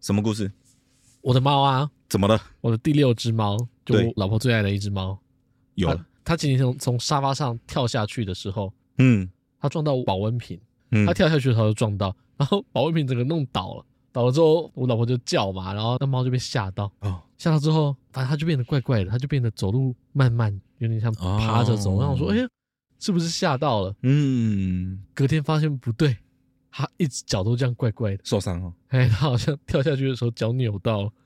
什么故事？ 我的猫啊， 怎么了？ 我的第6只猫，就我老婆最爱的一只猫， 有了。 它今天从沙发上跳下去的时候，它撞到保温瓶，它跳下去的时候就撞到，然后保温瓶整个弄倒了。倒了之后，我老婆就叫嘛，然后那猫就被吓到，吓到之后，反正它就变得怪怪的，它就变得走路慢慢，有点像趴着走。然后我说，是不是吓到了？隔天发现不对，它一只脚都这样怪怪的， 受伤哦。 它好像跳下去的时候脚扭到了，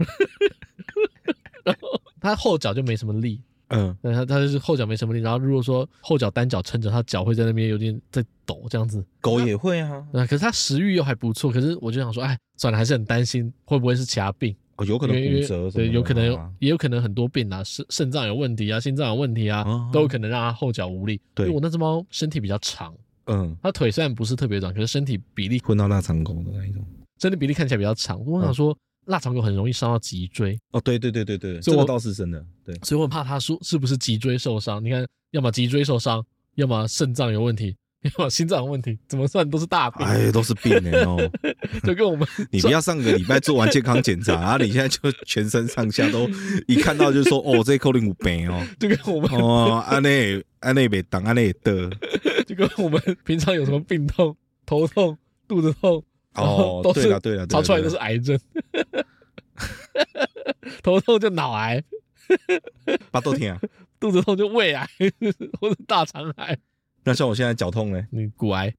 然后它后脚就没什么力。它就是后脚没什么力，然后如果说后脚单脚撑着，它脚会在那边有点在抖这样子。 狗也会啊， 可是它食欲又还不错，可是我就想说，算了，还是很担心会不会是其他病， 有可能骨折什么的， 对，有可能也有可能很多病啊，肾脏有问题啊，心脏有问题啊，都有可能让它后脚无力。对，因为我那只猫身体比较长，它腿虽然不是特别短，可是身体比例混到腊肠狗的那一种， 身体比例看起来比较长。我想说。腊肠狗很容易伤到脊椎对，这个倒是真的，对， 所以我很怕它说是不是脊椎受伤。你看，要么脊椎受伤，要么肾脏有问题，要么心脏有问题，怎么算都是大病， 都是病就跟我们你不要上个礼拜做完健康检查啊，你现在就全身上下都一看到就说这可能有病就跟我们安内没当安内的， 就跟我们平常有什么病痛、头痛、肚子痛。 对了， 查出来都是癌症，头痛就脑癌， 巴豆甜啊， 肚子痛就胃癌或者大肠癌。 那像我现在脚痛呢？ 你骨癌。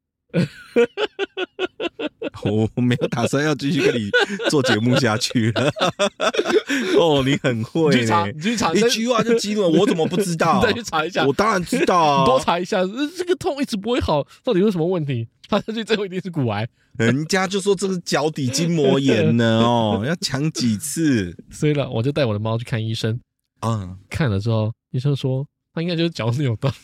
我没有打算要继续跟你做节目下去了。你很会， 你去查， 一句话就激怒了，我怎么不知道？ 你再去查一下， 我当然知道啊。 你多查一下，这个痛一直不会好，到底有什么问题？他下去最后一定是骨癌。 人家就说这是脚底筋膜炎呢，要讲几次？ 所以了，我就带我的猫去看医生。看了之后，医生说他应该就是脚扭到。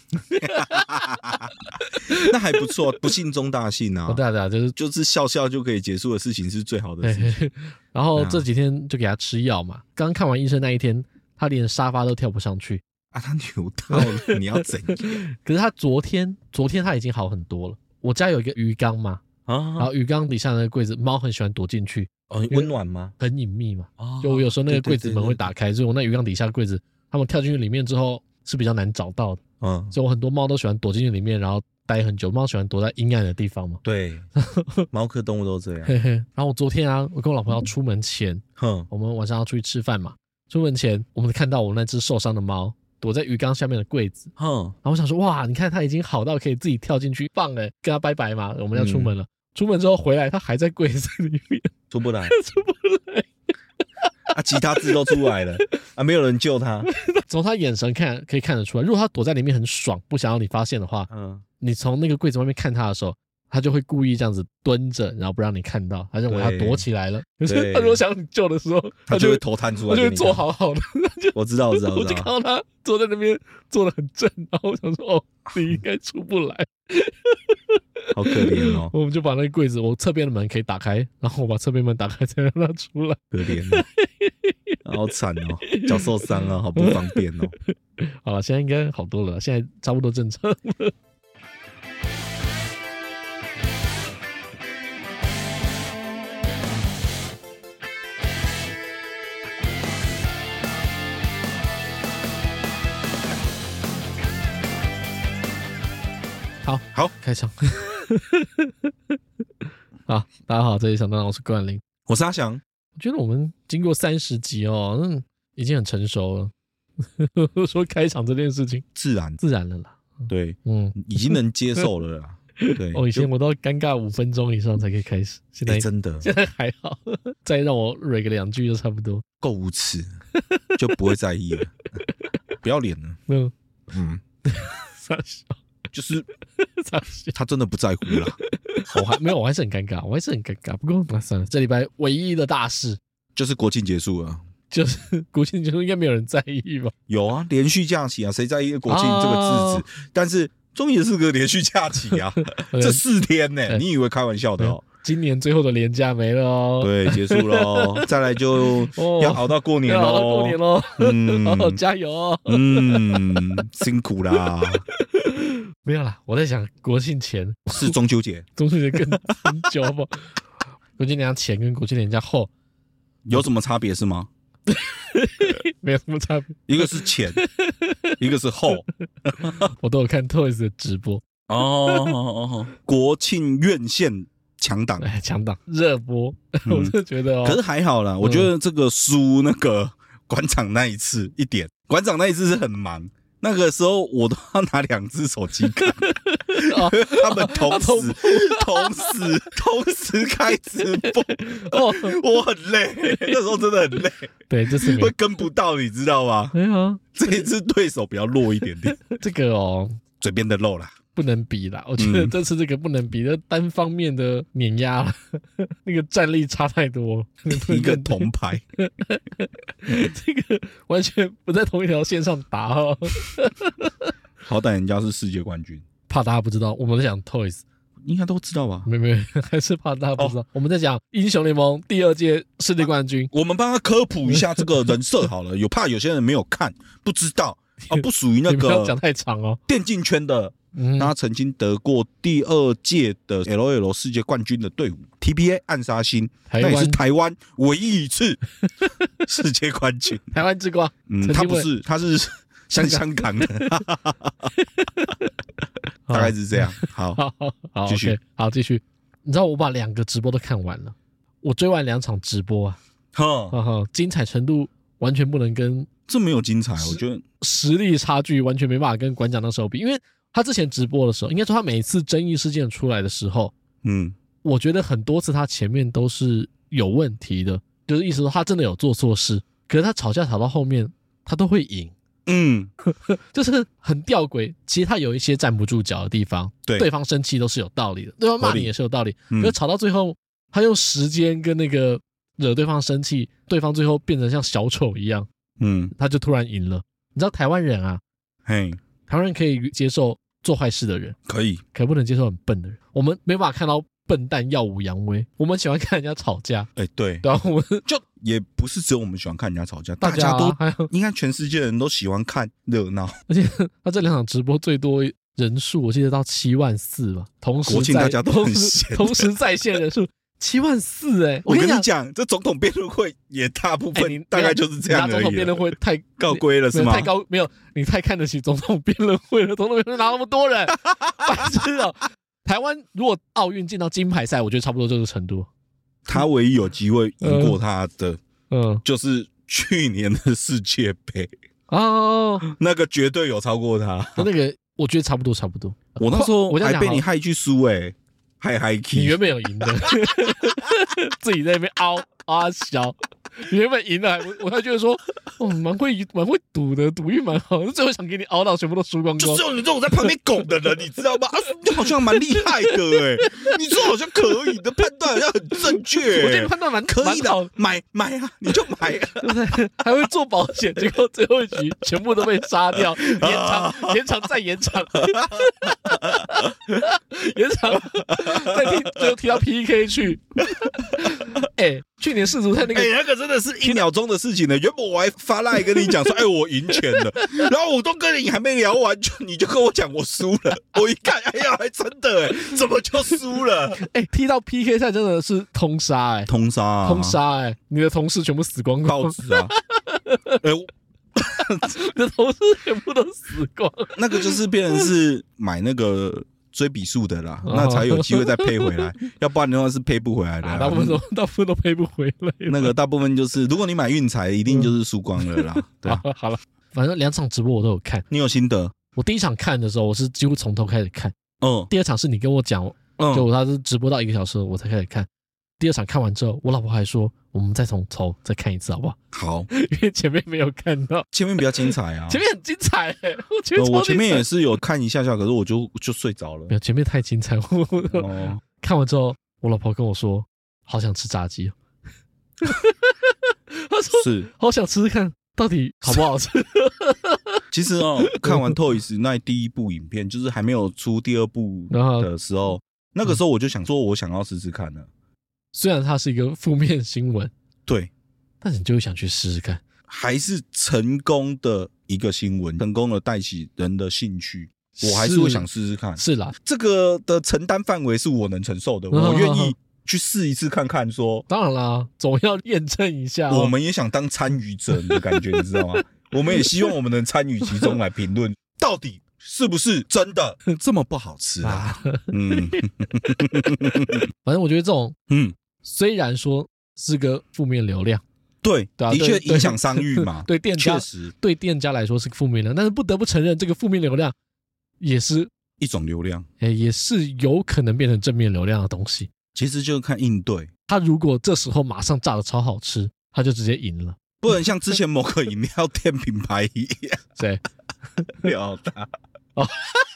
那还不错，不幸中大幸啊！ 对啊， 就是笑笑就可以结束的事情是最好的事情。 然后这几天就给他吃药嘛。刚看完医生那一天，他连沙发都跳不上去他扭到了，你要怎样？ 可是他昨天他已经好很多了。我家有一个鱼缸嘛，然后鱼缸底下那个柜子，猫很喜欢躲进去。 温暖吗？ 很隐秘嘛。就我有时候那个柜子门会打开，所以我那鱼缸底下柜子，他们跳进去里面之后是比较难找到的。所以我很多猫都喜欢躲进去里面，然后待很久。猫喜欢躲在阴暗的地方嘛。对， 猫科动物都这样。 然后我昨天我跟我老婆要出门前，我们晚上要出去吃饭嘛。出门前，我们看到我那只受伤的猫躲在鱼缸下面的柜子。然后我想说，哇，你看它已经好到可以自己跳进去，棒了，跟它拜拜嘛。我们要出门了。出门之后回来，它还在柜子里面，出不来。 其他字都出来了没有人救他。 从他眼神可以看得出来，如果他躲在里面很爽，不想要你发现的话，你从那个柜子外面看他的时候，他就会故意这样子蹲着，然后不让你看到，他认为他躲起来了。可是他如果想你救的时候， 他就会头探出来， 他就会坐好好的。 我知道。我就看到他坐在那边坐得很正，然后我想说，你应该出不来。 好可怜哦。 我们就把那个柜子，我侧边的门可以打开，然后我把侧边门打开才让他出来。 可怜好惨哦，脚受伤好不方便哦。 好了，现在应该好多了，现在差不多正常了。好，开场。好，大家好，这里想当然我是冠霖， 我是阿翔。 我觉得我们经过30集已经很成熟了。说开场这件事情，自然了啦。 对，已经能接受了啦。对， 以前我都尴尬5分钟以上才可以开始，现在真的， 现在还好，再让我蕊个2句就差不多， 够无耻，就不会在意了，不要脸了。 傻笑。 就是他真的不在乎啦。 我还是很尴尬，不过算了，这礼拜唯一的大事就是国庆结束了。 就是国庆结束，应该没有人在意吧？ 有啊，连续假期啊，谁在意国庆这个日子？但是终于是个连续假期啊，这4天呢，你以为开玩笑的今年最后的连假没了哦。 对，结束了再来就要熬到过年咯。 好加油哦。 辛苦啦。 没有啦，我在想国庆前是中秋节， 更久不？国庆连假前跟国庆连假后有什么差别是吗？ 没有什么差别， 一个是前，一个是后。 我都有看 Toys 的直播哦。国庆院线强档， 强档热播，我就觉得可是还好啦，我觉得这个输那个馆长那一次一点，馆长那一次是很忙。那个时候我都要拿2只手机看，他们同时开直播，我很累，那时候真的很累。 对，这次会跟不到，你知道吗？这一次对手比较弱一点点。 这个嘴边的肉啦， 不能比啦。我觉得这次这个不能比，这单方面的碾压了，那个战力差太多了。 一个铜牌， 这个完全不在同一条线上打哦。 好歹人家是世界冠军， 怕大家不知道，我们在讲 Toys， 应该都知道吧？ 没，还是怕大家不知道。我们在讲英雄联盟第2届世界冠军， 我们帮他科普一下这个人设好了，怕有些人没有看，不知道。不属于那个， 不要讲太长哦。 电竞圈的，他曾经得过第2届的 LOL 世界冠军的队伍 TPA 暗杀星，那也是台湾唯一一次世界冠军。 台湾之光， 他不是，他是香港的，大概是这样。好，继续， 好，继续。你知道我把2个直播都看完了，我追完2场直播啊，精彩程度完全不能跟。 这没有精彩，我觉得实力差距完全没办法跟馆长那时候比，因为他之前直播的时候，应该说他每一次争议事件出来的时候，我觉得很多次他前面都是有问题的，就是意思说他真的有做错事，可是他吵架吵到后面他都会赢，就是很吊诡。其实他有一些站不住脚的地方，对方生气都是有道理的，对方骂你也是有道理，可是吵到最后，他用时间跟那个惹对方生气，对方最后变成像小丑一样。他就突然赢了。你知道台湾人啊，台湾人可以接受做坏事的人，可不能接受很笨的人。我们没办法看到笨蛋耀武扬威，我们喜欢看人家吵架。 对， 然后我们就也不是只有我们喜欢看人家吵架，大家都应该全世界人都喜欢看热闹。 而且他这2场直播最多人数，我记得到74000吧，同时大家都很闲， 同时在线人数。74000 我跟你讲，这总统辩论会也大部分大概就是这样而已。 总统辩论会太高规了是吗？ 太高，没有，你太看得起总统辩论会了。总统辩论拿那么多人，白痴哦！台湾如果奥运进到金牌赛，我觉得差不多这个程度。 他唯一有机会赢过他的，就是去年的世界杯那个绝对有超过他。 那个我觉得差不多。 我那时候还被你害去输嗨， 你原本有赢的，自己在那边凹小，你原本赢了，我还觉得说，蛮会赌的，赌运蛮好，最后想给你凹到全部都输光光。 就是有你这种在旁边拱的人，你知道吗？你好像蛮厉害的你说好像可以，你的判断好像很正确。 我觉得判断蛮可以的，买啊，你就买啊， 对不对？还会做保险，结果最后一局全部都被杀掉，延长再延长，延长。最后踢到 PK 去，去年世足赛那个真的是1秒钟的事情呢。原本我还发赖跟你讲说，我赢钱了，然后我都跟你还没聊完，你就跟我讲我输了。我一看，还真的怎么就输了？ 踢到 PK 赛真的是通杀通杀你的同事全部死光光， 报纸啊， 你的同事全部都死光， 那个就是变成是买那个。追比数的啦，那才有机会再配回来，要不然的话是配不回来的。 大部分都配不回来。 那个大部分就是，如果你买运彩，一定就是输光了啦。对啊， 好了，反正2场直播我都有看。 你有心得？ 我第1场看的时候，我是几乎从头开始看。第2场是你跟我讲，就他是直播到1个小时，我才开始看。第2场看完之后，我老婆还说，我们再从头再看一次好不好？ 好， 因为前面没有看到， 前面比较精彩啊， 前面很精彩我前面也是有看一下，可是我就睡着了。 没有，前面太精彩。看完之后，我老婆跟我说，好想吃炸鸡。她说是， 好想吃吃看到底好不好吃。 其实看完 Toys 那第1部影片，就是还没有出第2部的时候，那个时候我就想说，我想要试试看了。 虽然它是一个负面新闻， 对， 但是你就会想去试试看， 还是成功的一个新闻，成功的带起人的兴趣，我还是会想试试看。 是啦， 这个的承担范围是我能承受的，我愿意去试一次看看说？ 当然啦，总要验证一下。 我们也想当参与者的感觉，你知道吗？我们也希望我们能参与其中来评论，到底是不是真的这么不好吃啊？ 反正我觉得这种，虽然说是个负面流量， 对，的确影响商誉嘛。 对店家， 确实对店家来说是个负面流量，但是不得不承认，这个负面流量也是一种流量， 也是有可能变成正面流量的东西。 其实就是看应对。 他如果这时候马上炸的超好吃，他就直接赢了。 不能像之前某个饮料店品牌一样， 谁？ 廖大哦。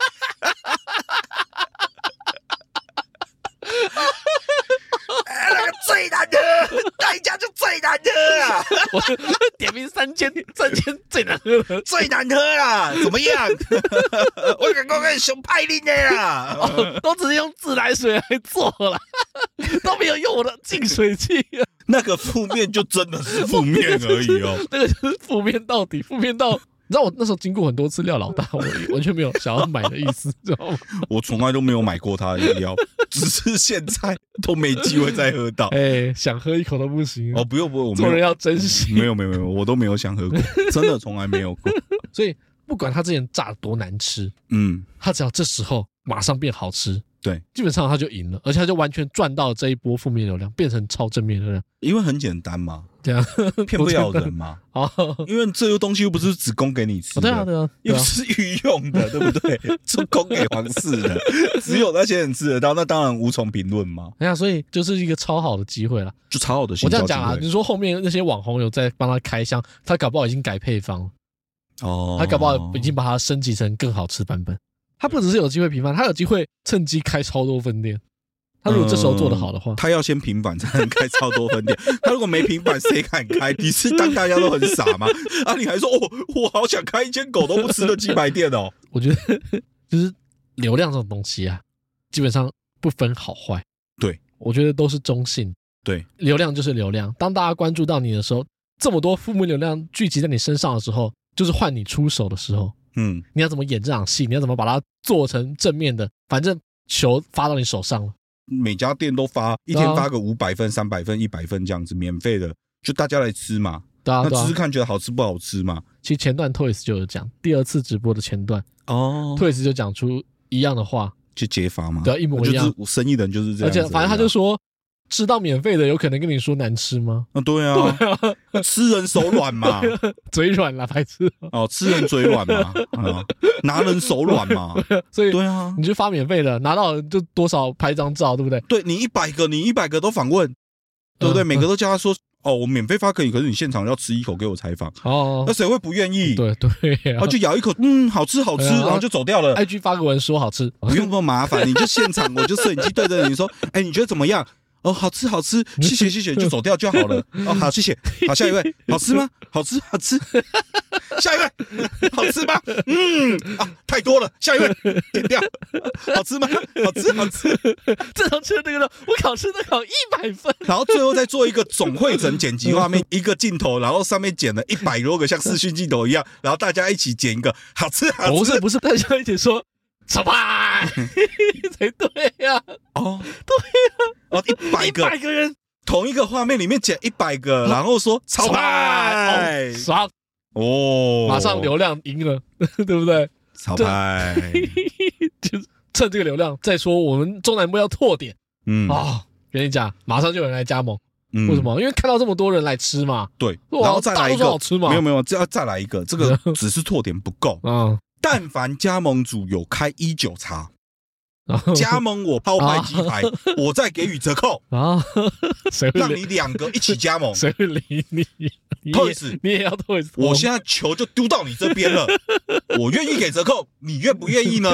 那个最难喝，代价就最难喝啊！ 我点名3间最难喝的， 最难喝啦！怎么样？我感觉跟熊派拎的啦， 都只是用自来水来做了，都没有用我的净水器。 那个负面就真的是负面而已哦， 那个就是负面到底，负面到。你知道我那时候经过很多次廖老大，我完全没有想要买的意思，知道吗？ 我从来都没有买过他的饮料，只是现在都没机会再喝到。 想喝一口都不行哦，不用，我做人要珍惜。 没有，我都没有想喝过，真的从来没有过。 所以不管他之前炸多难吃，他只要这时候马上变好吃， 对， 基本上他就赢了，而且他就完全赚到这一波负面流量，变成超正面流量。 因为很简单嘛， 对啊， 骗不了人嘛。因为这个东西又不是只供给你吃的， 对啊， 又不是御用的，对不对？是供给皇室的，只有那些人吃得到，那当然无从评论嘛。 所以就是一个超好的机会了， 就超好的行销机会。 我这样讲啊，你说后面那些网红有在帮他开箱，他搞不好已经改配方了。他搞不好已经把它升级成更好吃版本。他不只是有机会平反，他有机会趁机开超多分店。他如果这时候做得好的话， 他要先平反才能开超多分店。他如果没平反，谁敢开？你是当大家都很傻吗？啊，你还说我好想开一间狗都不吃的鸡排店哦。 我觉得就是流量这种东西啊，基本上不分好坏。 对， 我觉得都是中性。 对， 流量就是流量。当大家关注到你的时候，这么多负面流量聚集在你身上的时候，就是换你出手的时候。你要怎么演这场戏？你要怎么把它做成正面的？反正球发到你手上了。 每家店都发，一天发个500份、300份、100份这样子，免费的，就大家来吃嘛。那吃吃看，觉得好吃不好吃嘛？ 其实前段 Toys 就有讲，第2次直播的前段，Toys 就讲出一样的话， 就揭发嘛。 对，一模一样。 就是生意人就是这样。 而且反正他就说，吃到免费的有可能跟你说难吃吗？ 对啊，吃人手软嘛， 嘴软啦，白痴。 吃人嘴软嘛，拿人手软嘛。 所以对啊， 你就发免费的，拿到就多少拍张照，对不对？ 对，你100个都访问，对不对？每个都叫他说，我免费发可以，可是你现场要吃一口给我采访。那谁会不愿意？ 对， 就咬一口，好吃，然后就走掉了。 IG 发个文说好吃， 不用那么麻烦，你就现场，我就摄影机对着你说，你觉得怎么样？好吃，谢谢，就走掉就好了。好，谢谢。好，下一位，好吃吗？好吃。下一位，好吃吗？太多了，下一位，点掉。好吃吗？好吃。 这场吃的那个，我考试都考100分。 然后最后再做一个总汇整剪辑画面，一个镜头，然后上面剪了100多个像视讯镜头一样，然后大家一起剪一个好吃。 不是，大家一起说。炒派才对呀！对呀！100个人同一个画面里面剪100个，然后说炒派爽马上流量赢了，对不对？ 炒派就趁这个流量再说我们中南部要拓点，跟你讲，马上就有人来加盟。为什么？因为看到这么多人来吃嘛。 对，然后再来一个好吃嘛？ 没有，这要再来一个，这个只是拓点不够但凡加盟主有开19茶，加盟我泡派鸡排，我再给予折扣让你2个一起加盟。 谁会理你 ？Toys， 你也要 Toys？ 我现在球就丢到你这边了，我愿意给折扣，你愿不愿意呢？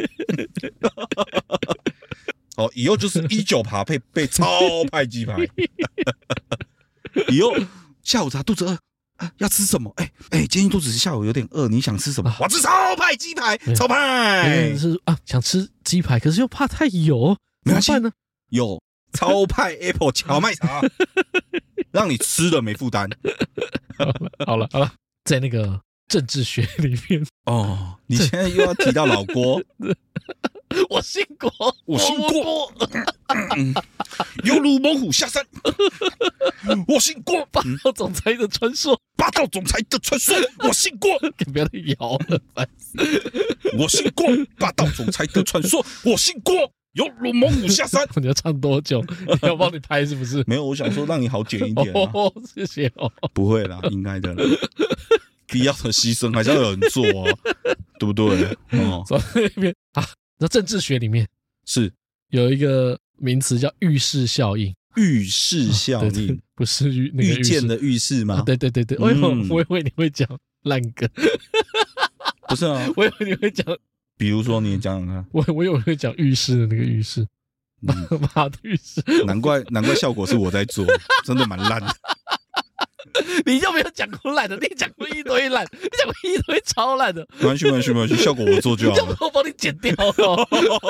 以后就是19爬配超派鸡排，以后下午茶肚子饿。要吃什么？今天肚子下午有点饿，你想吃什么？我吃超派鸡排，超派是想吃鸡排，可是又怕太油，怎么办呢？ 有超派 Apple 荞麦茶，让你吃了没负担。 好了，在那个政治学里面你现在又要提到老郭。 我姓郭， 犹如猛虎下山。我姓郭， 霸道总裁的传说， 霸道总裁的传说，我姓郭。 不要再摇了，烦死！ 我姓郭，霸道总裁的传说，我姓郭。犹如猛虎下山。 你要唱多久？你要帮你拍是不是？ 没有，我想说让你好剪一点、啊。 谢谢哦。 不会啦，应该的啦。必要的牺牲还是要有人做啊，对不对？哦， 在那边啊，那政治学里面是有一个名词叫预示效应。 预示效应、 对不是那个预见的预示吗？ 对。我以为你会讲烂梗， 不是啊， 我以为你会讲。 比如说，你也讲讲看。 我以为会讲浴室的那个浴室，妈的浴室。难怪效果是我在做，真的蛮烂的。 你就没有讲过烂的，你讲过一堆烂，你讲过一堆超烂的。 没关系，效果我做就好了。 我帮你剪掉了。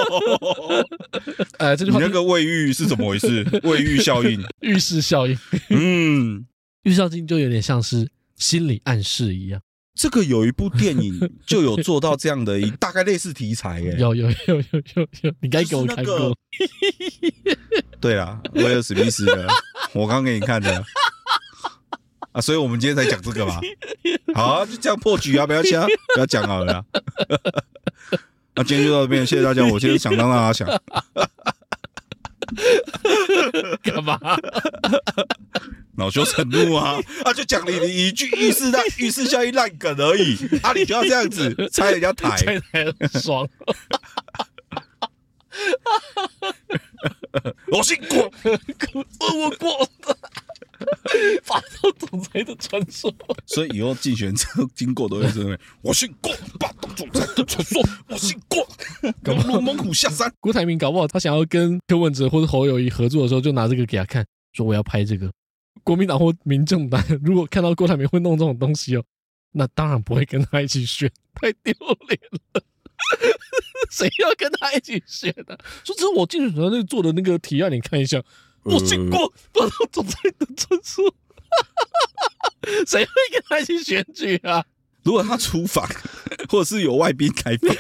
这句话你那个卫浴是怎么回事？卫浴效应， 浴室效应。浴室效应就有点像是心理暗示一样。 这个有一部电影就有做到这样的大概类似题材耶。 有，你该给我看过。 对啦，威尔史密斯的，我刚给你看的。啊，所以我们今天才讲这个嘛。好啊，就这样破局啊，不要讲好了啦。那今天就到这边，谢谢大家。我先想让大家想。 干嘛？ 恼羞成怒啊！就讲你一句预示效应烂梗而已啊！你就要这样子拆人家台， 拆台很爽。 我姓郭， 我郭。霸道总裁的传说， 所以以后竞选车经过都会认为我姓郭，霸道总裁的传说，我姓郭，犹如猛虎下山。 郭台铭搞不好他想要跟柯文哲或者侯友宜合作的时候，就拿这个给他看，说我要拍这个。国民党或民众党如果看到郭台铭会弄这种东西哦，那当然不会跟他一起选，太丢脸了。谁要跟他一起选呢？说这是我竞选团队做的那个提案，你看一下。我姓郭，霸道总裁的传说。谁会跟他一起选举啊？ 如果他出访，或者是有外宾开放。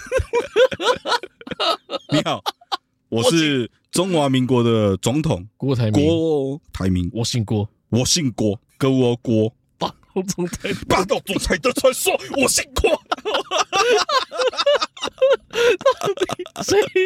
你好，我是中华民国的总统郭台铭。 郭台铭， 我姓郭， 跟我郭。 霸道总裁的传说，我姓郭。所以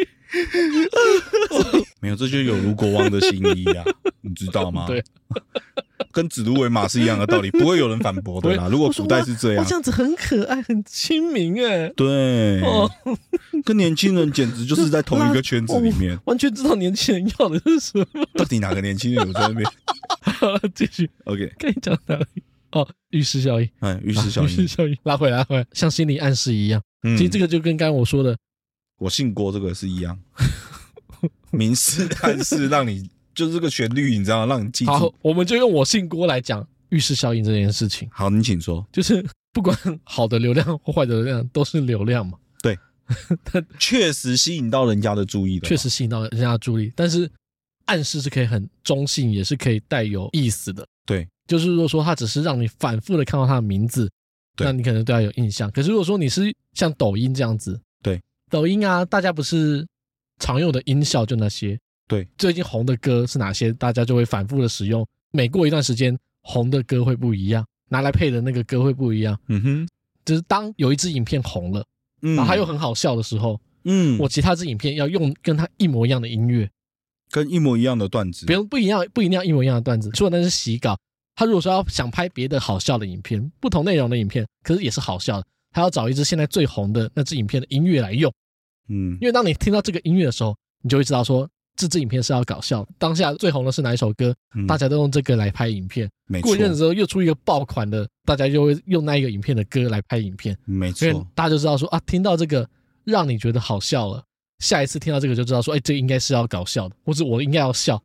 没有，这就有如国王的心意啊，你知道吗？ 对， 跟指鹿为马是一样的道理，不会有人反驳的啦。如果古代是这样， 这样子很可爱，很亲民哎。 对，跟年轻人简直就是在同一个圈子里面， 完全知道年轻人要的是什么。 到底哪个年轻人有在那边？ 继续 ，OK， 跟你讲哪里？预示效应， 预示效应， 拉回来，像心理暗示一样。其实这个就跟刚刚我说的， 我姓郭这个是一样，明示暗示，让你就是这个旋律，你知道，让你记住。 好，我们就用我姓郭来讲预示效应这件事情。 好，你请说。 就是不管好的流量或坏的流量，都是流量嘛。 对，确实吸引到人家的注意的， 确实吸引到人家的注意，但是暗示是可以很中性，也是可以带有意思的。 对。 就是如果说他只是让你反复的看到他的名字，那你可能对他有印象。可是如果说你是像抖音这样子， 对， 抖音啊，大家不是常用的音效就那些， 对， 最近红的歌是哪些，大家就会反复的使用。每过一段时间，红的歌会不一样，拿来配的那个歌会不一样。就是当有一支影片红了，然后它又很好笑的时候，我其他支影片要用跟它一模一样的音乐， 跟一模一样的段子， 不一定要一模一样的段子，除了那是洗稿。他如果说要想拍别的好笑的影片，不同内容的影片，可是也是好笑的，他要找一支现在最红的那支影片的音乐来用。因为当你听到这个音乐的时候，你就会知道说这支影片是要搞笑的。当下最红的是哪一首歌，大家都用这个来拍影片。过一阵子之后又出一个爆款的，大家就会用那一个影片的歌来拍影片。 没错， 因为大家就知道说啊，听到这个让你觉得好笑了，下一次听到这个就知道说，这应该是要搞笑的，或者我应该要笑。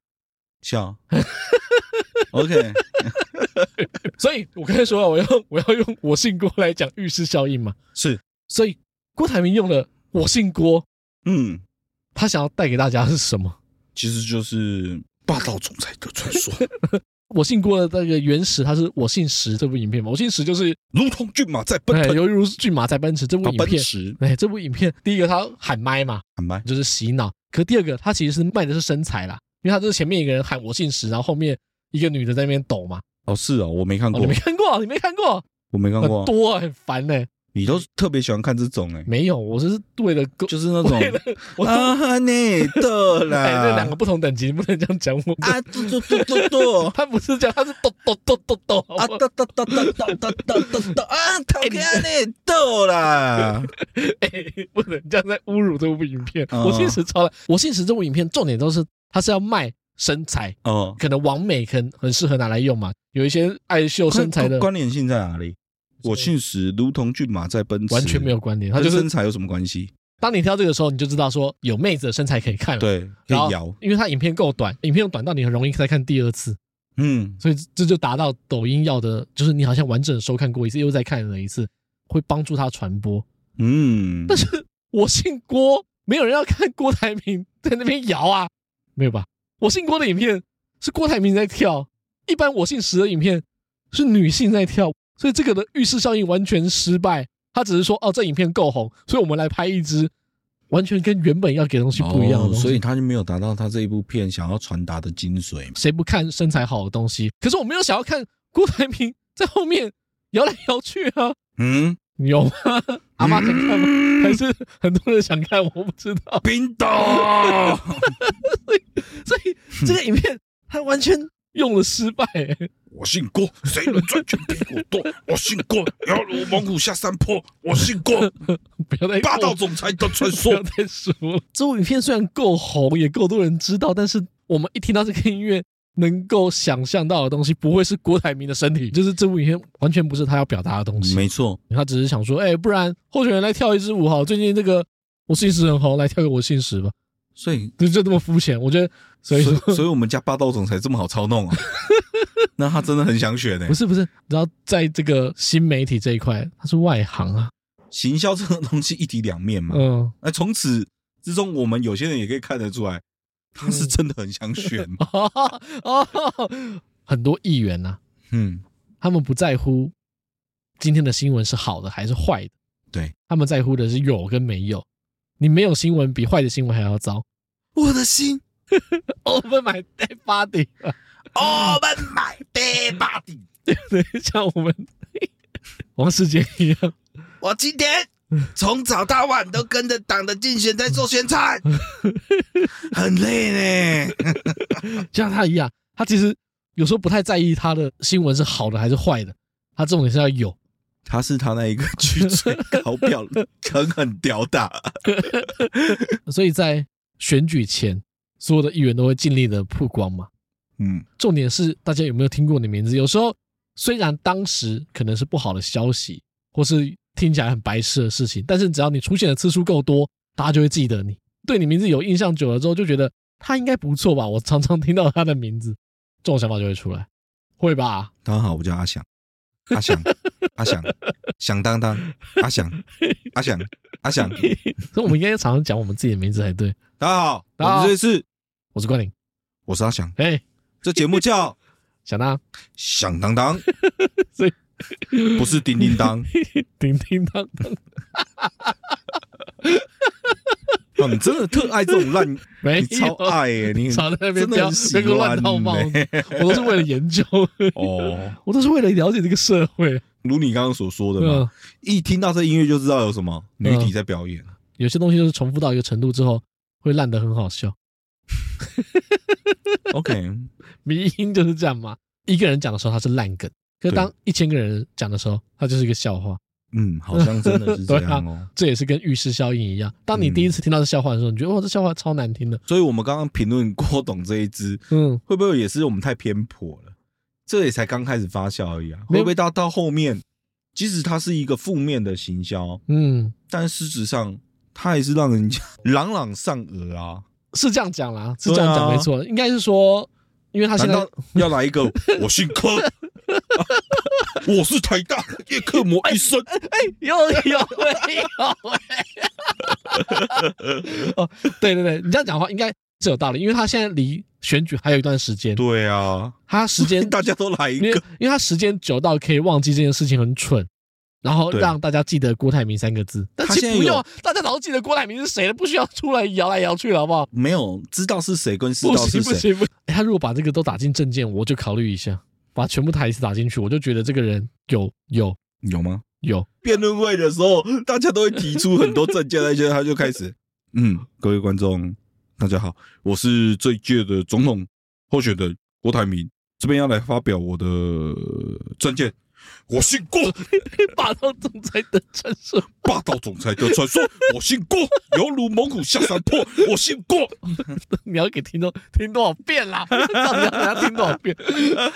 OK， 所以我刚才说我要用我姓郭来讲预示效应嘛， 是， 所以郭台铭用了我姓郭，他想要带给大家是什么？ 其实就是霸道总裁的传说。 我姓郭的那个原始，它是我姓石这部影片嘛，我姓石就是如同骏马在奔腾， 犹如骏马在奔驰这部影片，这部影片第一个他喊麦嘛， 喊麦就是洗脑，可第二个他其实是卖的是身材啦。 因为他就是前面一个人喊我姓石，然后后面一个女的在那边抖嘛。 哦，是哦，我没看过。 你没看过？你没看过？ 我没看过。 很多很烦呢。 你都特别喜欢看这种没有，我是为了就是那种啊，你的啦， 那两个不同等级，你不能这样讲我啊，嘟， 他不是这样，他是抖啊，抖啊，讨厌你抖啦， 不能这样在侮辱这部影片。我信石超了，我信石这部影片重点都是他是要卖身材，可能网美可能很适合拿来用嘛，有一些爱秀身材的， 关联性在哪里？我姓石，如同骏马在奔驰， 完全没有关联。它就是身材有什么关系？ 当你挑这个时候，你就知道说有妹子的身材可以看了。 对，可以摇， 因为它影片够短，影片又短到你很容易再看第二次。所以这就达到抖音要的，就是你好像完整收看过一次，又再看了一次，会帮助它传播。但是我姓郭，没有人要看郭台铭在那边摇啊，没有吧？我姓郭的影片是郭台铭在跳，一般我姓石的影片是女性在跳。所以这个的预示效应完全失败，他只是说这影片够红，所以我们来拍一支完全跟原本要给的东西不一样的东西， 所以他就没有达到他这一部片想要传达的精髓。 谁不看身材好的东西？可是我没有想要看郭台铭在后面摇来摇去啊。有吗？阿妈想看吗？还是很多人想看？我不知道。 冰岛， 所以这个影片他完全用了失败。 我姓郭，谁能赚钱比我多？我姓郭，要如猛虎下山坡。我姓郭， 不要再霸道总裁的传说。 不要再说了。这部影片虽然够红，也够多人知道，但是我们一听到这个音乐，能够想象到的东西，不会是郭台铭的身体，就是这部影片完全不是他要表达的东西。 没错， 他只是想说，不然候选人来跳一支舞好，最近这个我姓石很红，来跳个我姓石吧。 所以就这么肤浅，我觉得，所以我们家霸道总裁这么好操弄啊。那他真的很想选不是，然后在这个新媒体这一块，他是外行啊。 行销这个东西一体两面嘛。从此之中，我们有些人也可以看得出来，他是真的很想选。 很多议员啊，他们不在乎今天的新闻是好的还是坏的， 对， 他们在乎的是有跟没有。你没有新闻比坏的新闻还要糟。 我的心 ，Open my dead body。Open my dead body。 对，像我们王世坚一样。 我今天从早到晚都跟着党的竞选在做宣传，很累呢。 像他一样，他其实有时候不太在意他的新闻是好的还是坏的，他重点是要有。 他是他那一个去最高票狠狠屌打。 所以在选举前，所有的议员都会尽力的曝光嘛。重点是大家有没有听过你的名字？有时候虽然当时可能是不好的消息，或是听起来很白痴的事情，但是只要你出现的次数够多，大家就会记得你，对你名字有印象久了之后，就觉得他应该不错吧，我常常听到他的名字，这种想法就会出来，会吧？ 大家好，我叫阿翔，响当当，阿翔， 所以我们应该常常讲我们自己的名字才对。 大家好，我是这次， 我是关凌， 我是阿翔。这节目叫响当当， 所以不是叮叮当， 叮叮当当。 你真的特爱这种烂，你超爱你少在那边真的很喜欢乱套帽子，我都是为了研究我都是为了了解这个社会。 如你刚刚所说的嘛，一听到这音乐就知道有什么女体在表演。 有些东西就是重复到一个程度之后，会烂得很好笑。 OK， 迷因就是这样嘛。一个人讲的时候他是烂梗，可是当1000个人讲的时候，他就是一个笑话。 好像真的是这样哦。 这也是跟预示效应一样。当你第一次听到这笑话的时候，你觉得这笑话超难听的。 所以我们刚刚评论郭董这一支，会不会也是我们太偏颇了？这也才刚开始发酵而已啊。会不会到后面，即使它是一个负面的行销，但事实上它也是让人家朗朗上耳啊。 是这样讲啦，是这样讲没错。应该是说，因为他现在要来一个我姓柯。我是台大叶克膜医生。 有对，你这样讲的话应该是有道理，因为他现在离选举还有一段时间。 对啊， 他时间大家都来一个， 因为他时间久到可以忘记这件事情很蠢， 然后让大家记得郭台铭3个字。但其实不用，大家早就记得郭台铭是谁了，不需要出来摇来摇去了，好不好？ 没有知道是谁跟知道是谁。 不行，他如果把这个都打进政见，我就考虑一下，把全部台词打进去，我就觉得这个人有吗？ 有。 辩论会的时候，大家都会提出很多政见，那些他就开始，各位观众，大家好，我是这一届的总统候选人郭台铭，这边要来发表我的政见。我姓郭， 霸道总裁的传说， 霸道总裁的传说。我姓郭，犹如猛虎下山坡。我姓郭， 你要给听众听多少遍啦？到底要给他听多少遍？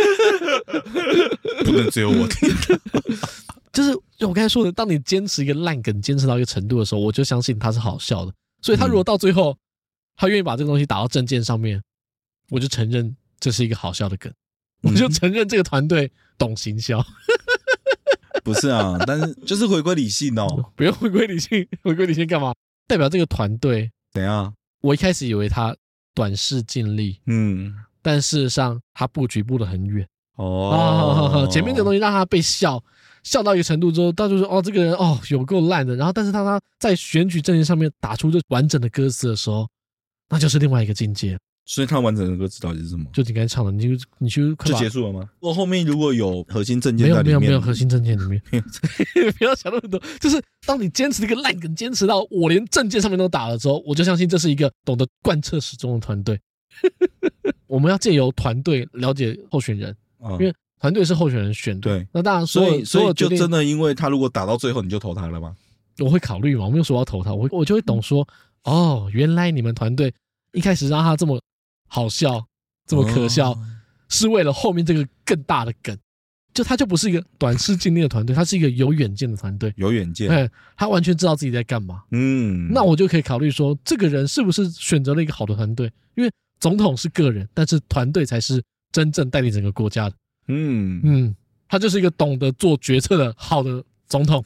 不能只有我听。 就是我刚才说的，当你坚持一个烂梗，坚持到一个程度的时候，我就相信他是好笑的。所以他如果到最后，他愿意把这个东西打到政见上面，我就承认这是一个好笑的梗，我就承认这个团队懂行销。 不是啊，但是就是回归理性哦。 不用回归理性，回归理性干嘛？代表这个团队怎样？ 我一开始以为他短视近利，但事实上他布局布得很远。前面这个东西让他被笑到一个程度之后，他就说这个人有够烂的。然后，但是他在选举政见上面打出这完整的歌词的时候，那就是另外一个境界。所以他完整的歌词到底是什么？ 就你刚才唱的，你去看就结束了吗？我后面如果有核心政见在里面， 没有核心政见里面，不要想那么多。就是当你坚持一个烂梗，坚持到我连政见上面都打了之后，我就相信这是一个懂得贯彻始终的团队。我们要借由团队了解候选人，因为团队是候选人选的。 对， 那当然所以就真的因为他如果打到最后，你就投他了吗？ 我会考虑嘛，我没有说我要投他，我就会懂说，原来你们团队一开始让他这么好笑，这么可笑，是为了后面这个更大的梗。就他就不是一个短视近利的团队，他是一个有远见的团队。 有远见， 他完全知道自己在干嘛。那我就可以考虑说，这个人是不是选择了一个好的团队？因为总统是个人，但是团队才是真正带领整个国家的。他就是一个懂得做决策的好的总统。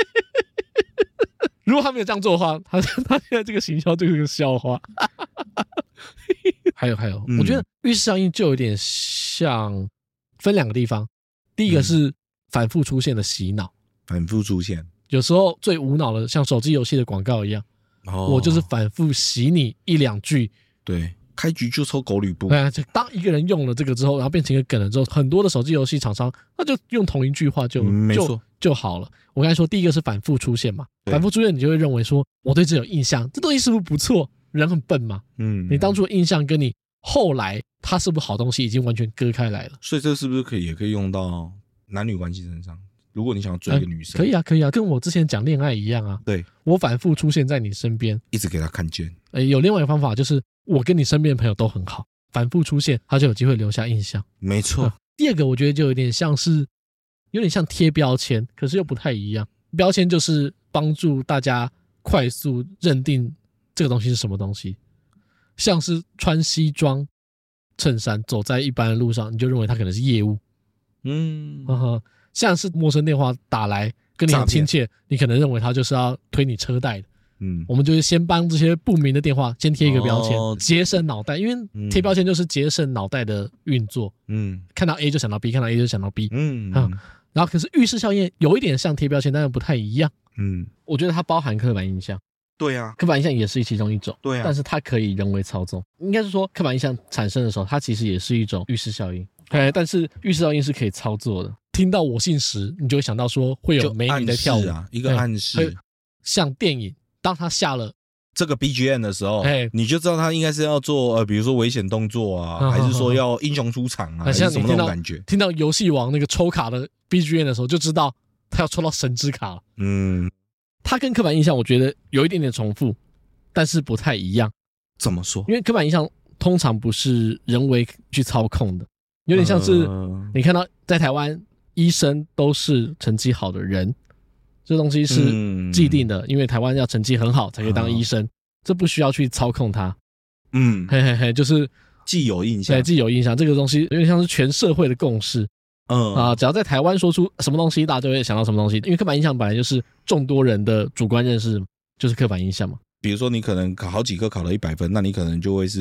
如果他没有这样做的话，他现在这个行销就是个笑话。还有，我觉得预示效应就有点像分2个地方。第一个是反复出现的洗脑， 反复出现， 有时候最无脑的，像手机游戏的广告一样，我就是反复洗你1-2句。 对，开局就抽狗吕布。 当一个人用了这个之后，然后变成一个梗了之后，很多的手机游戏厂商那就用同一句话就好了。我刚才说第一个是反复出现嘛，反复出现你就会认为说我对这有印象，这东西是不是不错？人很笨嘛，你当初的印象跟你后来它是不是好东西已经完全割开来了。 所以这是不是也可以用到男女关系身上？如果你想要追一个女生， 可以啊，跟我之前讲恋爱一样啊。 对， 我反复出现在你身边， 一直给他看见。 有另外一个方法，就是我跟你身边的朋友都很好，反复出现，他就有机会留下印象。 没错。 第二个我觉得就有点像贴标签，可是又不太一样。标签就是帮助大家快速认定这个东西是什么东西，像是穿西装衬衫走在一般的路上，你就认为他可能是业务。像是陌生电话打来跟你很亲切，你可能认为他就是要推你车贷的。我们就是先帮这些不明的电话先贴一个标签，节省脑袋，因为贴标签就是节省脑袋的运作。看到 A 就想到 B， 看到 A 就想到 B。然后可是预示效应有一点像贴标签，但是不太一样。我觉得它包含刻板印象。 对啊， 刻板印象也是其中一种。 对啊， 但是它可以人为操纵。应该是说刻板印象产生的时候，它其实也是一种预示效应。但是预示效应是可以操作的。听到我姓石，你就会想到说会有美女在跳舞啊，一个暗示。 像电影，当他下了这个 BGM 的时候，你就知道他应该是要做比如说危险动作啊，还是说要英雄出场啊，还是什么那种感觉。 听到游戏王那个抽卡的 BGM 的时候，就知道他要抽到神之卡了。它跟刻板印象我觉得有一点点重复，但是不太一样。 怎么说？ 因为刻板印象通常不是人为去操控的，有点像是你看到在台湾医生都是成绩好的人，这东西是既定的，因为台湾要成绩很好才可以当医生，这不需要去操控它。就是既有印象， 对，既有印象，这个东西有点像是全社会的共识。只要在台湾说出什么东西，大家就会想到什么东西，因为刻板印象本来就是众多人的主观认识，就是刻板印象嘛。 比如说你可能考好几科考了100分，那你可能就会是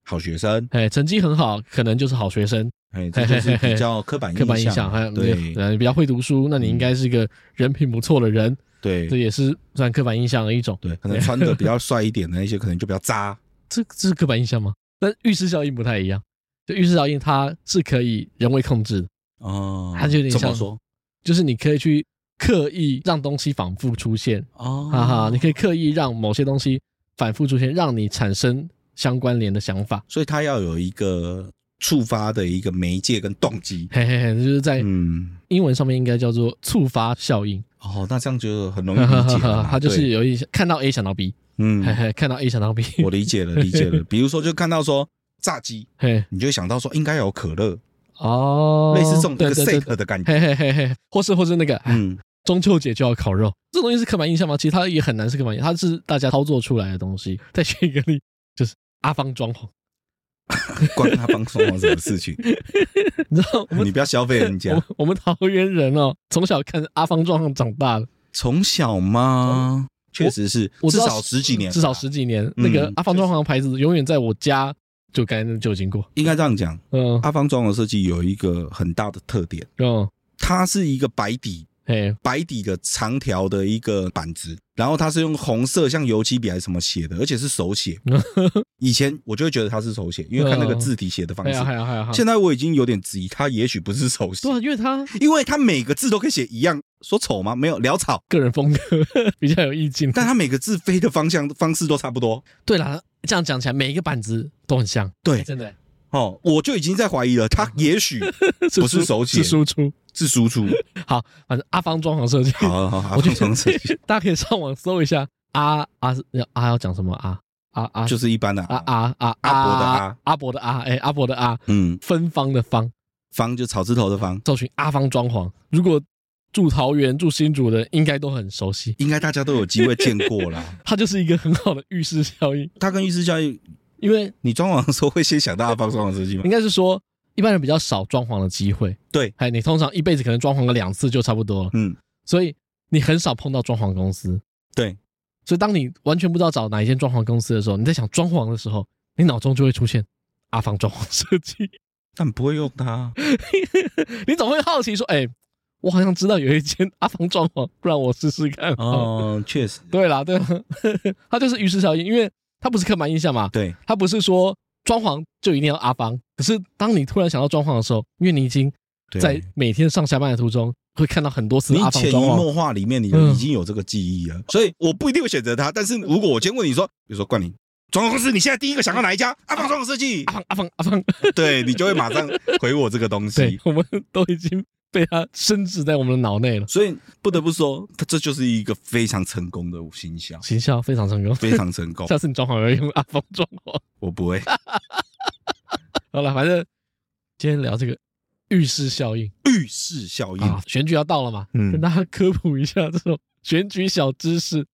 好学生， 成绩很好，可能就是好学生， 这就是比较刻板印象， 对，比较会读书，那你应该是一个人品不错的人， 对， 这也是算刻板印象的一种， 对，可能穿的比较帅一点的那些，可能就比较渣， 这是刻板印象吗？但预示效应不太一样，就预示效应它是可以人为控制的，它就有点像怎么说， 就是你可以去刻意让东西反复出现，你可以刻意让某些东西反复出现，让你产生相关联的想法， 所以它要有一个触发的一个媒介跟动机， 就是在英文上面应该叫做触发效应。 那这样就很容易理解了。 它就是有一些看到 A 想到 B，看到 A 想到 B， 我理解了。比如说，就看到说炸鸡，你就会想到说应该有可乐，类似这种一个 shake 的感觉， 或是那个中秋节就要烤肉，这东西是刻板印象吗？其实它也很难是刻板印象，它是大家操作出来的东西。再举一个例，就是阿芳装潢， 关阿芳装潢什么事情？ 你知道？你不要消费人家。 我们桃园人从小看阿芳装潢长大的。 从小吗？确实是，至少十几年。 那个阿芳装潢的牌子永远在我家，就刚才就有经过。 应该这样讲，阿芳装潢设计有一个很大的特点，它是一个白底的长条的一个板子，然后它是用红色像油漆笔还是什么写的，而且是手写。以前我就会觉得它是手写，因为看那个字体写的方式。现在我已经有点质疑它也许不是手写。 对， 因为它每个字都可以写一样。说丑吗？没有，潦草， 个人风格比较有意境。 但它每个字飞的方式都差不多。 对啦，这样讲起来，每一个板子都很像。 对， 真的。 我就已经在怀疑了，它也许不是手写，是输出。 好，反正阿芳装潢设计。 好，阿芳装潢设计， 大家可以上网搜一下。要讲什么啊？ 就是一般的阿伯的阿，芬芳的芳， 芳就草字头的芳。 搜寻阿芳装潢，如果住桃园、住新竹的应该都很熟悉， 应该大家都有机会见过啦。 它就是一个很好的预示效应。 它跟预示效应， 因为你装潢的时候会先想到阿芳装潢设计吗？ 应该是说一般人比较少装潢的机会。 对， 你通常一辈子可能装潢个2次就差不多了。所以你很少碰到装潢公司。 对， 所以当你完全不知道找哪一间装潢公司的时候，你在想装潢的时候，你脑中就会出现阿芳装潢设计， 但不会用它。 你总会好奇说，我好像知道有一间阿芳装潢，不然我试试看。 确实， 对啦，它就是预示效应，因为它不是刻板印象嘛。 对， 它不是说装潢就一定要阿芳，可是当你突然想到装潢的时候，因为你已经在每天上下班的途中会看到很多次阿芳装潢， 你潜移默化里面你已经有这个记忆了，所以我不一定会选择它。但是如果我今天问你说，比如说冠霖装潢公司，你现在第一个想到哪一家？阿芳装潢设计， 阿芳， 对，你就会马上回我这个东西。 对，我们都已经被它深植在我们的脑内了， 所以不得不说，它这就是一个非常成功的行销， 非常成功， 非常成功。 下次你装潢要用阿芳装潢， 我不会。 好了，反正今天聊这个预示效应，选举要到了嘛，跟大家科普一下这种选举小知识。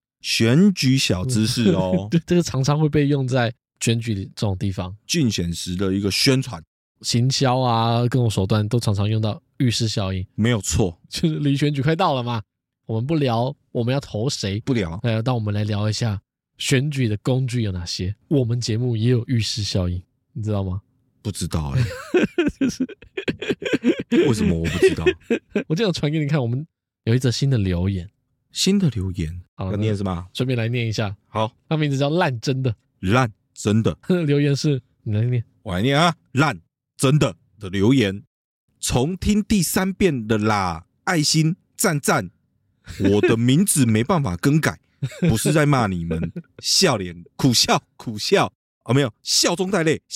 对，这个常常会被用在选举这种地方， 竞选时的一个宣传。 行销啊，各种手段都常常用到预示效应， 没有错， 就是离选举快到了嘛。我们不聊我们要投谁， 不聊， 但我们来聊一下选举的工具有哪些。我们节目也有预示效应，你知道吗？ 不知道就是为什么我不知道？ 我这样传给你看，我们有一则新的留言， 要念是吗？ 顺便来念一下。 好， 他名字叫烂真的，留言是你来念， 我来念啊，烂。真的留言，重听第3遍的啦，爱心赞，我的名字没办法更改，不是在骂你们，笑脸苦笑，没有，笑中带泪，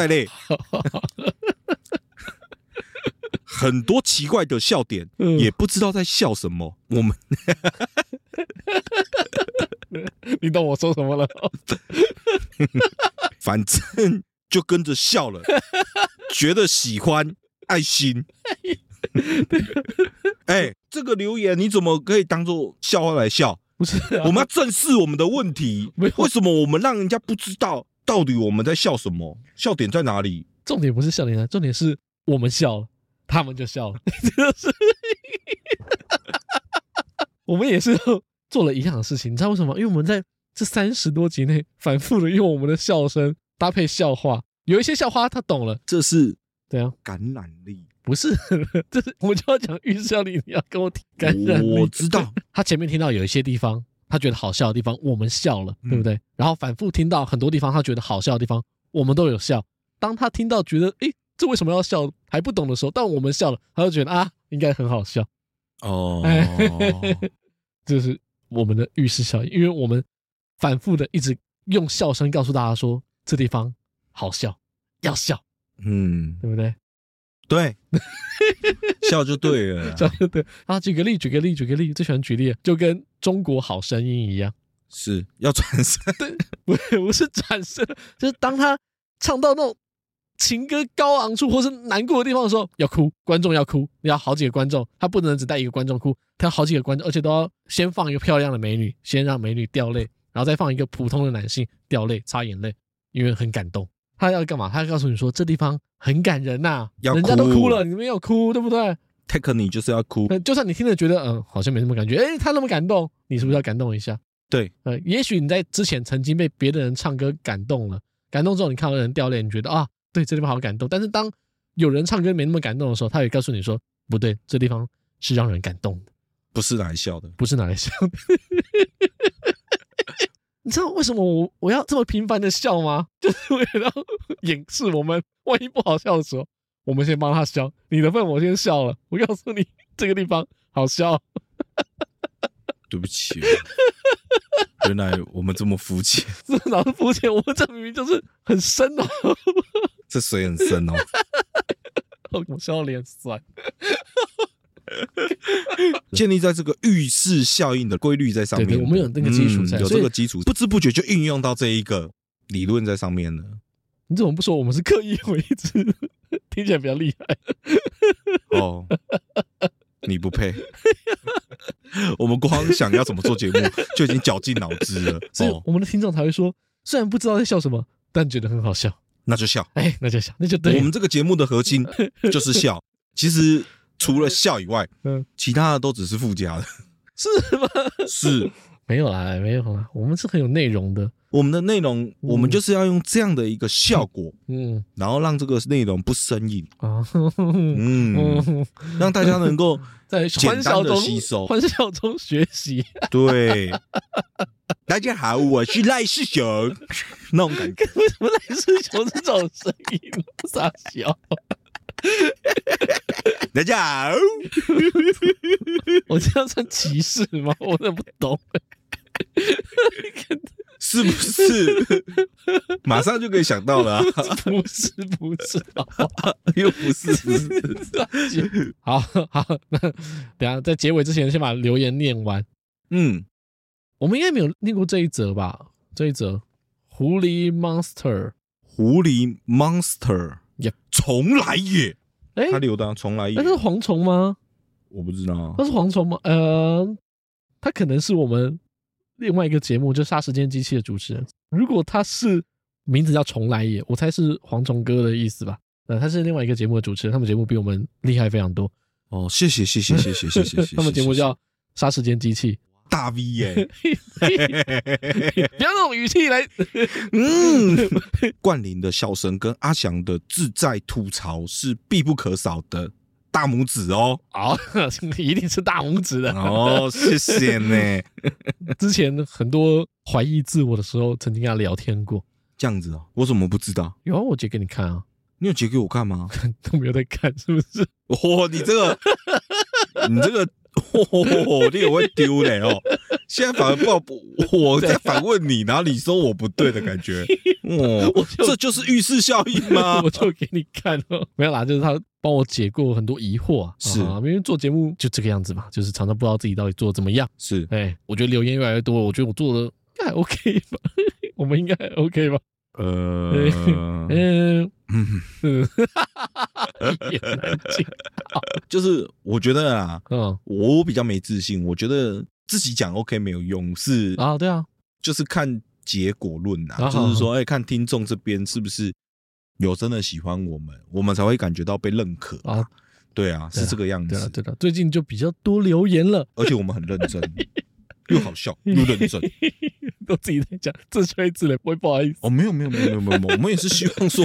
很多奇怪的笑点，也不知道在笑什么，我们你懂我说什么了？ 反正就跟着笑了，觉得喜欢，爱心。这个留言你怎么可以当作笑话来笑？ 不是我们要正视我们的问题。为什么我们让人家不知道到底我们在笑什么？笑点在哪里？ 重点不是笑点，重点是我们笑了，他们就笑了。我们也是做了一样的事情，你知道为什么吗？因为我们在这30多集内反复的用我们的笑声搭配笑话， 有一些笑话他懂了， 这是对啊， 感染力。 不是，这是我们就要讲预示效力，你要跟我提感染力。 我知道， 他前面听到有一些地方他觉得好笑的地方，我们笑了，对不对？然后反复听到很多地方他觉得好笑的地方，我们都有笑。当他听到觉得这为什么要笑还不懂的时候，但我们笑了，他就觉得应该很好笑。哦，这是我们的预示效应，因为我们反复的一直用笑声告诉大家说这地方好笑，要笑，对不对？ 对，笑就对了， 笑就对。啊，举个例，最喜欢举例，就跟中国好声音一样， 是要转身， 对，不是转身，就是当他唱到那种情歌高昂处或是难过的地方的时候，要哭，观众要哭，要好几个观众，他不能只带一个观众哭，他要好几个观众，而且都要先放一个漂亮的美女，先让美女掉泪，然后再放一个普通的男性掉泪擦眼泪，因为很感动。他要干嘛？他要告诉你说这地方很感人呐，人家都哭了，你没有哭，对不对 ？take 你就是要哭， 就算你听了觉得好像没什么感觉，他那么感动，你是不是要感动一下？ 对， 也许你在之前曾经被别的人唱歌感动了，感动之后你看到人掉泪，你觉得对，这地方好感动。但是当有人唱歌没那么感动的时候，他也告诉你说不对，这地方是让人感动的， 不是拿来笑的， 不是拿来笑的。你知道为什么我要这么频繁的笑吗？就是为了掩饰我们万一不好笑的时候，我们先帮他笑。你的份我先笑了，我告诉你这个地方好笑。 对不起，原来我们这么肤浅， 这哪是肤浅？我们这明明就是很深哦， 这水很深哦。 我笑到脸酸。 建立在这个预示效应的规律在上面， 对，我们有那个基础在， 有这个基础，不知不觉就运用到这一个理论在上面了。 你怎么不说我们是刻意为之？听起来比较厉害。 哦，你不配。我们光想要怎么做节目就已经绞尽脑汁了， 所以我们的听众才会说，虽然不知道在笑什么，但觉得很好笑， 那就笑。 那就笑，那就对。 我们这个节目的核心就是笑，其实除了笑以外，其他的都只是附加的， 是吗？ 是， 没有啦，我们是很有内容的。 我们的内容，我们就是要用这样的一个效果，然后让这个内容不生硬，让大家能够在简单的吸收， 欢笑中学习。 对，大家好，我是赖世雄，那种感觉。 为什么赖世雄是这种声音？傻笑。 大家好， 我这样算歧视吗？我真的不懂。 是不是？马上就可以想到了、啊。 不是， 又不是。 好，那等一下在结尾之前，先把留言念完。我们应该没有念过这一则吧？这一则狐狸 monster， 重来也。他留的重来也。 那是蝗虫吗？ 我不知道。 那是蝗虫吗？他可能是我们另外一个节目，就《杀时间机器》的主持人。如果他是名字叫重来也，我猜是蝗虫哥的意思吧？他是另外一个节目的主持人，他们节目比我们厉害非常多。 哦，谢谢。 他们节目叫《杀时间机器》。 大 V 耶！ 不要那种语气来。 冠霖的笑声跟阿翔的自在吐槽是必不可少的大拇指哦。 一定是大拇指的哦，谢谢呢。 之前很多怀疑自我的时候，曾经跟他聊天过。 这样子哦，我怎么不知道？ 有啊，我截给你看啊。 你有截给我看吗？ 都没有在看，是不是？ 你这个，你也会丢嘞哦！现在反而我在反问你，然后你说我不对的感觉，这就是预示效应吗？ 我就给你看哦，没有啦，就是他帮我解过很多疑惑啊。 是因为做节目就这个样子嘛，就是常常不知道自己到底做的怎么样。 是， 我觉得留言越来越多，我觉得我做的应该还 OK 吧，我们应该还 OK 吧。 就是我觉得啊，我比较没自信，我觉得自己讲 OK 没有用，是啊，对啊， 就是看结果论啊，就是说，看听众这边是不是有真的喜欢我们才会感觉到被认可啊。对啊，是这个样子。 对的，最近就比较多留言了， 而且我们很认真，又好笑又认真。 都自己在讲，自吹自擂，不好意思。 哦，没有，我们也是希望说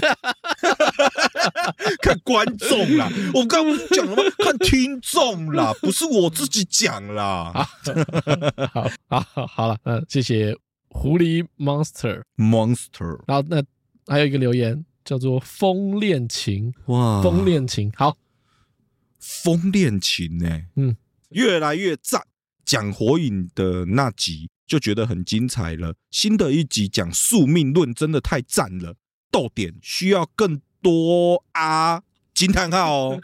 看观众啦。我刚刚不是讲了吗？看听众啦，不是我自己讲啦。 好了，谢谢狐狸 Monster。然后那还有一个留言叫做风恋情，哇，风恋情，好， 风恋情欸，越来越赞。讲火影的那集就觉得很精彩了，新的一集讲宿命论真的太赞了，逗点需要更多啊！惊叹号哦，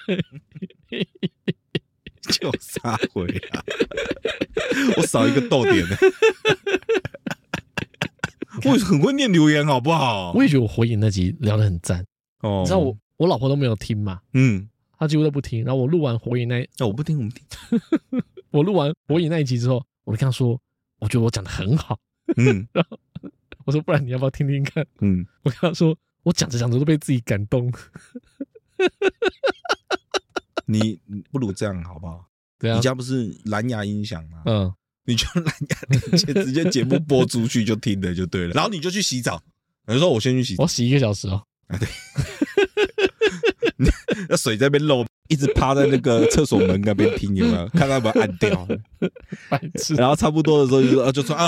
就撒回啊！我少一个逗点呢。我很会念留言，好不好？ 我也觉得我火影那集聊得很赞哦。你知道我老婆都没有听嘛？她几乎都不听。然后我录完火影我不听。 我录完火影那一集之后，我就跟她说，我覺得我講得很好。然後我說不然你要不要聽聽看？我跟她說，我講着講着都被自己感動。 你不如這樣好不好？對啊，你家不是藍牙音響嗎？你就藍牙連接，直接節目播出去就聽了就對了。然後你就去洗澡，你說我先去洗澡， 我洗1個小時哦。 對，那水在那邊漏。一直趴在那个厕所门那边听，有没有？看他有没有按掉。然后差不多的时候就说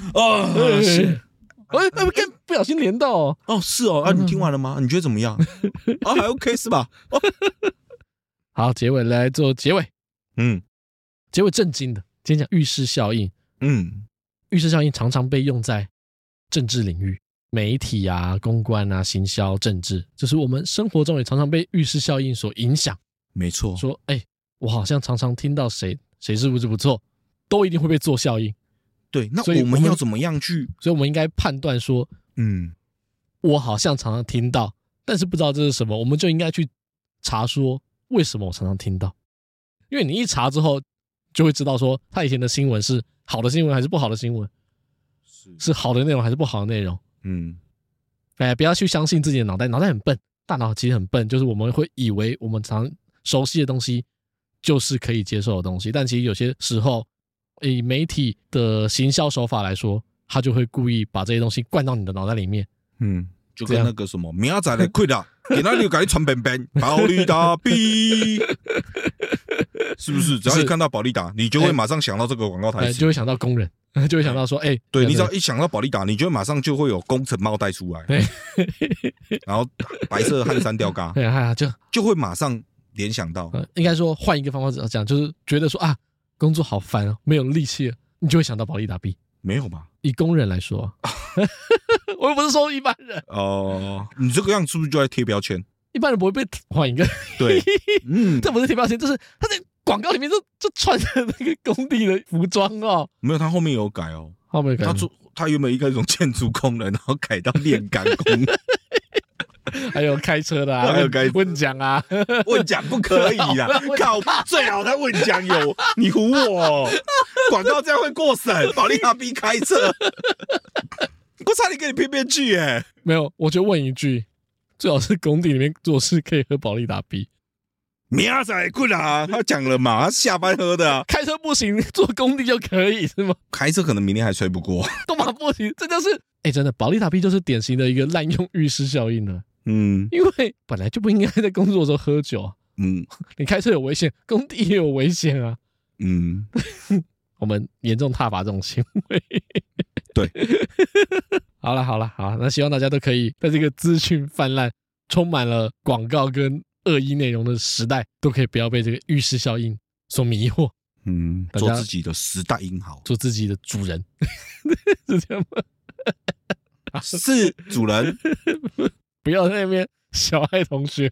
不小心连到哦，是哦，你听完了吗？你觉得怎么样？还 OK 是吧？ 好，结尾来做结尾，结尾正经的，今天讲浴室效应，浴室效应常常被用在政治领域。媒体啊、公关啊、行销、政治，就是我们生活中也常常被浴室效应所影响。 没错， 说我好像常常听到谁是不是不错，都一定会被做效应。 对，那我们要怎么样去？ 所以我们应该判断说，我好像常常听到，但是不知道这是什么，我们就应该去查说为什么我常常听到。因为你一查之后，就会知道说他以前的新闻是好的新闻还是不好的新闻，是好的内容还是不好的内容。不要去相信自己的脑袋很笨，大脑其实很笨，就是我们会以为我们常熟悉的东西就是可以接受的东西，但其实有些时候以媒体的行销手法来说，他就会故意把这些东西灌到你的脑袋里面。 就跟那个什么明仔载的quit啦，给那里给你传便便，保利达 B， 是不是？只要你看到保利达，你就会马上想到这个广告台词， 就会想到工人，就会想到说， 对，你只要一想到保利达，你就会马上就会有工程帽戴出来，然后白色汗衫吊嘎，就会马上联想到。 应该说换一个方法讲，就是觉得说工作好烦哦，没有力气了，你就会想到保利达 B。 没有吧？ 以工人来说，我又不是说一般人哦。你这个样是不是就在贴标签？ 一般人不会被换一个，对，这不是贴标签，就是他在广告里面就穿着那个工地的服装哦。 没有，他后面有改哦， 后面改， 他原本一个种建筑工人，然后改到炼钢工。 还有开车的还有问讲啊， 问讲不可以啦，靠，最好他问讲有，你唬我，广告这样会过审，保利达 B 开车，我差点跟你偏偏去耶。 没有，我就问一句，最好是工地里面做事可以喝保利达 B。 明仔困啊，他讲了嘛，他下班喝的啊， 开车不行，做工地就可以是吗？ 开车可能明天还吹不过， 干嘛不行？这就是真的，保利达 B 就是典型的一个滥用浴室效应了。因为本来就不应该在工作的时候喝酒啊。你开车有危险，工地也有危险啊。我们严重挞伐这种行为。 对， 好了，那希望大家都可以在这个资讯泛滥、充满了广告跟恶意内容的时代，都可以不要被这个浴室效应所迷惑。 做自己的时代英豪， 做自己的主人，是这样吗？ 是主人。 不要在那边小爱同学，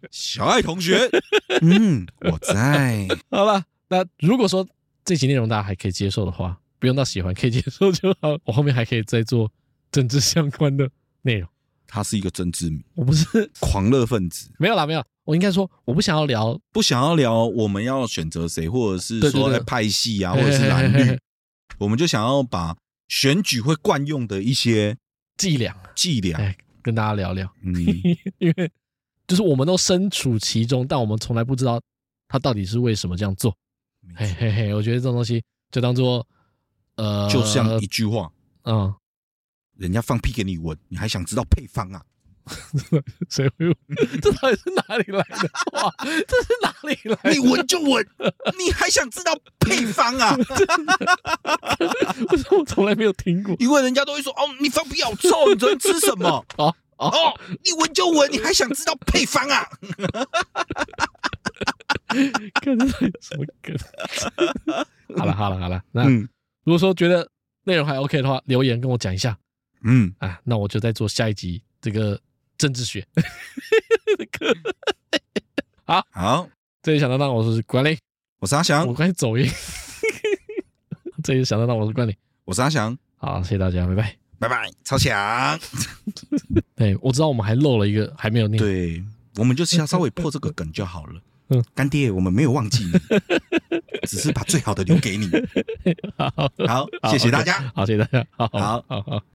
我在。 好了，那如果说这集内容大家还可以接受的话，不用到喜欢，可以接受就好。我后面还可以再做政治相关的内容。 他是一个政治迷， 我不是狂热分子。 没有，我应该说我不想要聊我们要选择谁，或者是说派系啊，或者是蓝绿，我们就想要把选举会惯用的一些伎俩跟大家聊聊。因为就是我们都身处其中，但我们从来不知道他到底是为什么这样做。我觉得这种东西就当做就像一句话， 人家放屁给你闻，你还想知道配方啊？ 谁会闻？这到底是哪里来的话？这是哪里来的？ 你闻就闻，你还想知道配方啊？ 为什么我从来没有听过？ 因为人家都会说，哦，你放屁好臭，你昨天吃什么？哦，你闻就闻，你还想知道配方啊？ 看这是什么梗？好了，那如果说觉得内容还 OK 的话，留言跟我讲一下。那我就再做下一集这个政治学的课。好，这里想到那我是关凌， 我是阿翔， 我刚才走音。这里想到那我是关凌， 我是阿翔。 好，谢谢大家，拜拜， 拜拜，超强。 对，我知道我们还漏了一个还没有念， 对，我们就是要稍微破这个梗就好了。干爹，我们没有忘记你，只是把最好的留给你。好，谢谢大家。 好，谢谢大家。好。